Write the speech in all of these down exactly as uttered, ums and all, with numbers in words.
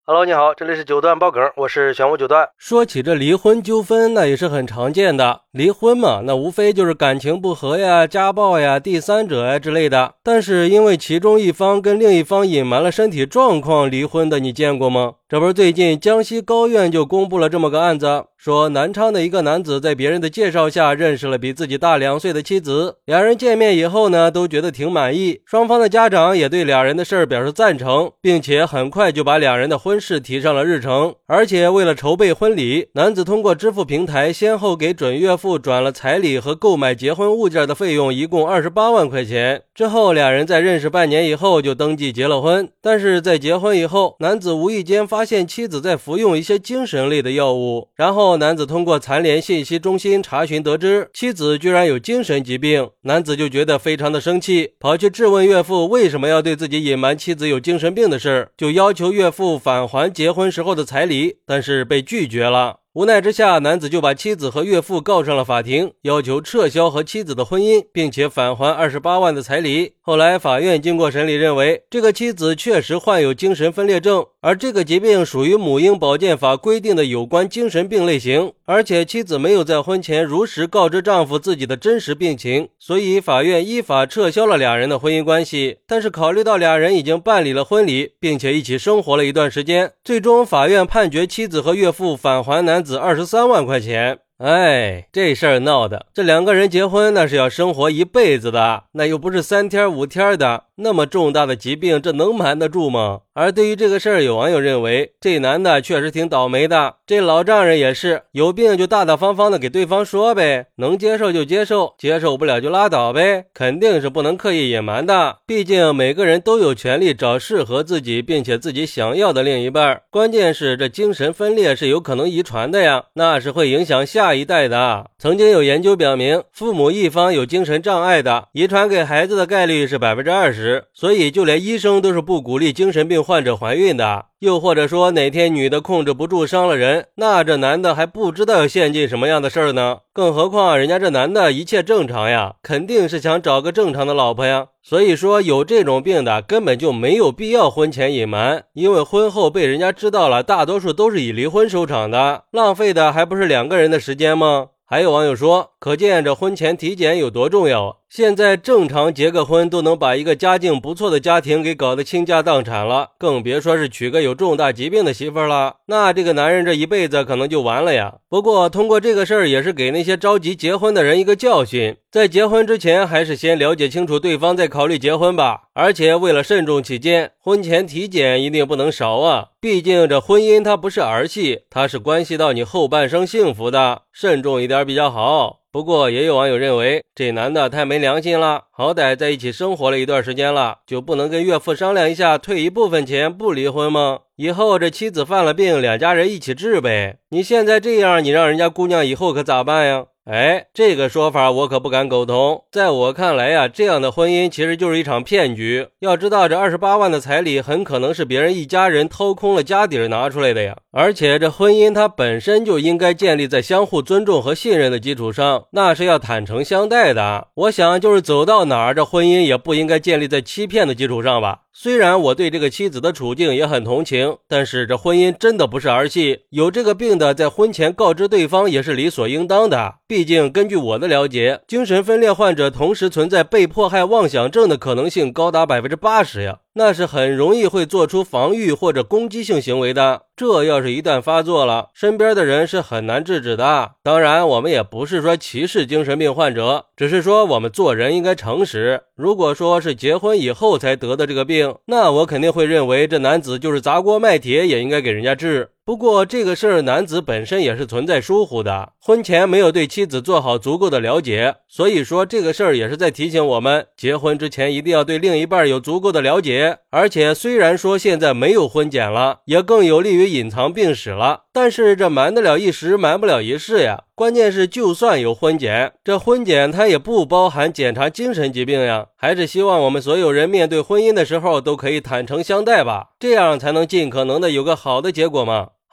Hello， 你好，这里是九段爆梗，我是玄武九段。说起这离婚纠纷，那也是很常见的。离婚嘛，那无非就是感情不和呀、家暴呀、第三者呀之类的。但是因为其中一方跟另一方隐瞒了身体状况离婚的，你见过吗？这不是最近江西高院就公布了这么个案子，说南昌的一个男子在别人的介绍下认识了比自己大两岁的妻子，两人见面以后呢，都觉得挺满意，双方的家长也对俩人的事儿表示赞成，并且很快就把两人的婚事提上了日程。而且为了筹备婚礼，男子通过支付平台先后给准岳父转了彩礼和购买结婚物件的费用，一共二十八万块钱。之后两人在认识半年以后就登记结了婚。但是在结婚以后，男子无意间发现妻子在服用一些精神类的药物，然后男子通过残联信息中心查询得知妻子居然有精神疾病，男子就觉得非常的生气，跑去质问岳父为什么要对自己隐瞒妻子有精神病的事，就要求岳父返还结婚时候的彩礼，但是被拒绝了。无奈之下，男子就把妻子和岳父告上了法庭，要求撤销和妻子的婚姻，并且返还二十八万的彩礼。后来法院经过审理认为，这个妻子确实患有精神分裂症，而这个疾病属于母婴保健法规定的有关精神病类型，而且妻子没有在婚前如实告知丈夫自己的真实病情，所以法院依法撤销了俩人的婚姻关系。但是考虑到俩人已经办理了婚礼，并且一起生活了一段时间，最终法院判决妻子和岳父返还男子二十三万块钱。哎，这事儿闹的，这两个人结婚那是要生活一辈子的，那又不是三天五天的，那么重大的疾病，这能瞒得住吗？而对于这个事儿，有网友认为这男的确实挺倒霉的，这老丈人也是有病就大大方方的给对方说呗，能接受就接受，接受不了就拉倒呗，肯定是不能刻意隐瞒的。毕竟每个人都有权利找适合自己并且自己想要的另一半，关键是这精神分裂是有可能遗传的呀，那是会影响下一代的。曾经有研究表明，父母一方有精神障碍的，遗传给孩子的概率是 百分之二十， 所以就连医生都是不鼓励精神病患者怀孕的。又或者说哪天女的控制不住伤了人，那这男的还不知道要陷进什么样的事儿呢？更何况人家这男的一切正常呀，肯定是想找个正常的老婆呀。所以说有这种病的根本就没有必要婚前隐瞒，因为婚后被人家知道了，大多数都是以离婚收场的，浪费的还不是两个人的时间吗？还有网友说，可见这婚前体检有多重要啊！现在正常结个婚都能把一个家境不错的家庭给搞得倾家荡产了，更别说是娶个有重大疾病的媳妇儿了，那这个男人这一辈子可能就完了呀。不过通过这个事儿也是给那些着急结婚的人一个教训，在结婚之前还是先了解清楚对方再考虑结婚吧。而且为了慎重起见，婚前体检一定不能少啊，毕竟这婚姻它不是儿戏，它是关系到你后半生幸福的，慎重一点比较好。不过也有网友认为这男的太没良心了，好歹在一起生活了一段时间了，就不能跟岳父商量一下退一部分钱不离婚吗？以后这妻子犯了病，两家人一起治呗。你现在这样，你让人家姑娘以后可咋办呀？哎，这个说法我可不敢苟同。在我看来呀，这样的婚姻其实就是一场骗局。要知道这二十八万的彩礼很可能是别人一家人掏空了家底儿拿出来的呀。而且这婚姻它本身就应该建立在相互尊重和信任的基础上，那是要坦诚相待的。我想就是走到哪儿，这婚姻也不应该建立在欺骗的基础上吧。虽然我对这个妻子的处境也很同情，但是这婚姻真的不是儿戏，有这个病的在婚前告知对方也是理所应当的。毕竟根据我的了解，精神分裂患者同时存在被迫害妄想症的可能性高达 百分之八十 呀，那是很容易会做出防御或者攻击性行为的。这要是一旦发作了，身边的人是很难制止的。当然我们也不是说歧视精神病患者，只是说我们做人应该诚实。如果说是结婚以后才得的这个病，那我肯定会认为这男子就是砸锅卖铁也应该给人家治。不过这个事儿男子本身也是存在疏忽的，婚前没有对妻子做好足够的了解，所以说这个事儿也是在提醒我们，结婚之前一定要对另一半有足够的了解。而且虽然说现在没有婚检了，也更有利于隐藏病史了，但是这瞒得了一时瞒不了一世呀。关键是就算有婚检，这婚检它也不包含检查精神疾病呀。还是希望我们所有人面对婚姻的时候都可以坦诚相待吧，这样才能尽可能的有个好的结果嘛。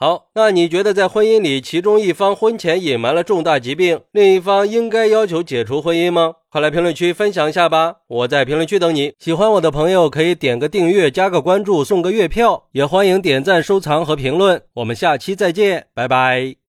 好，那你觉得在婚姻里，其中一方婚前隐瞒了重大疾病，另一方应该要求解除婚姻吗？快来评论区分享一下吧，我在评论区等你。喜欢我的朋友可以点个订阅，加个关注，送个月票，也欢迎点赞、收藏和评论。我们下期再见，拜拜。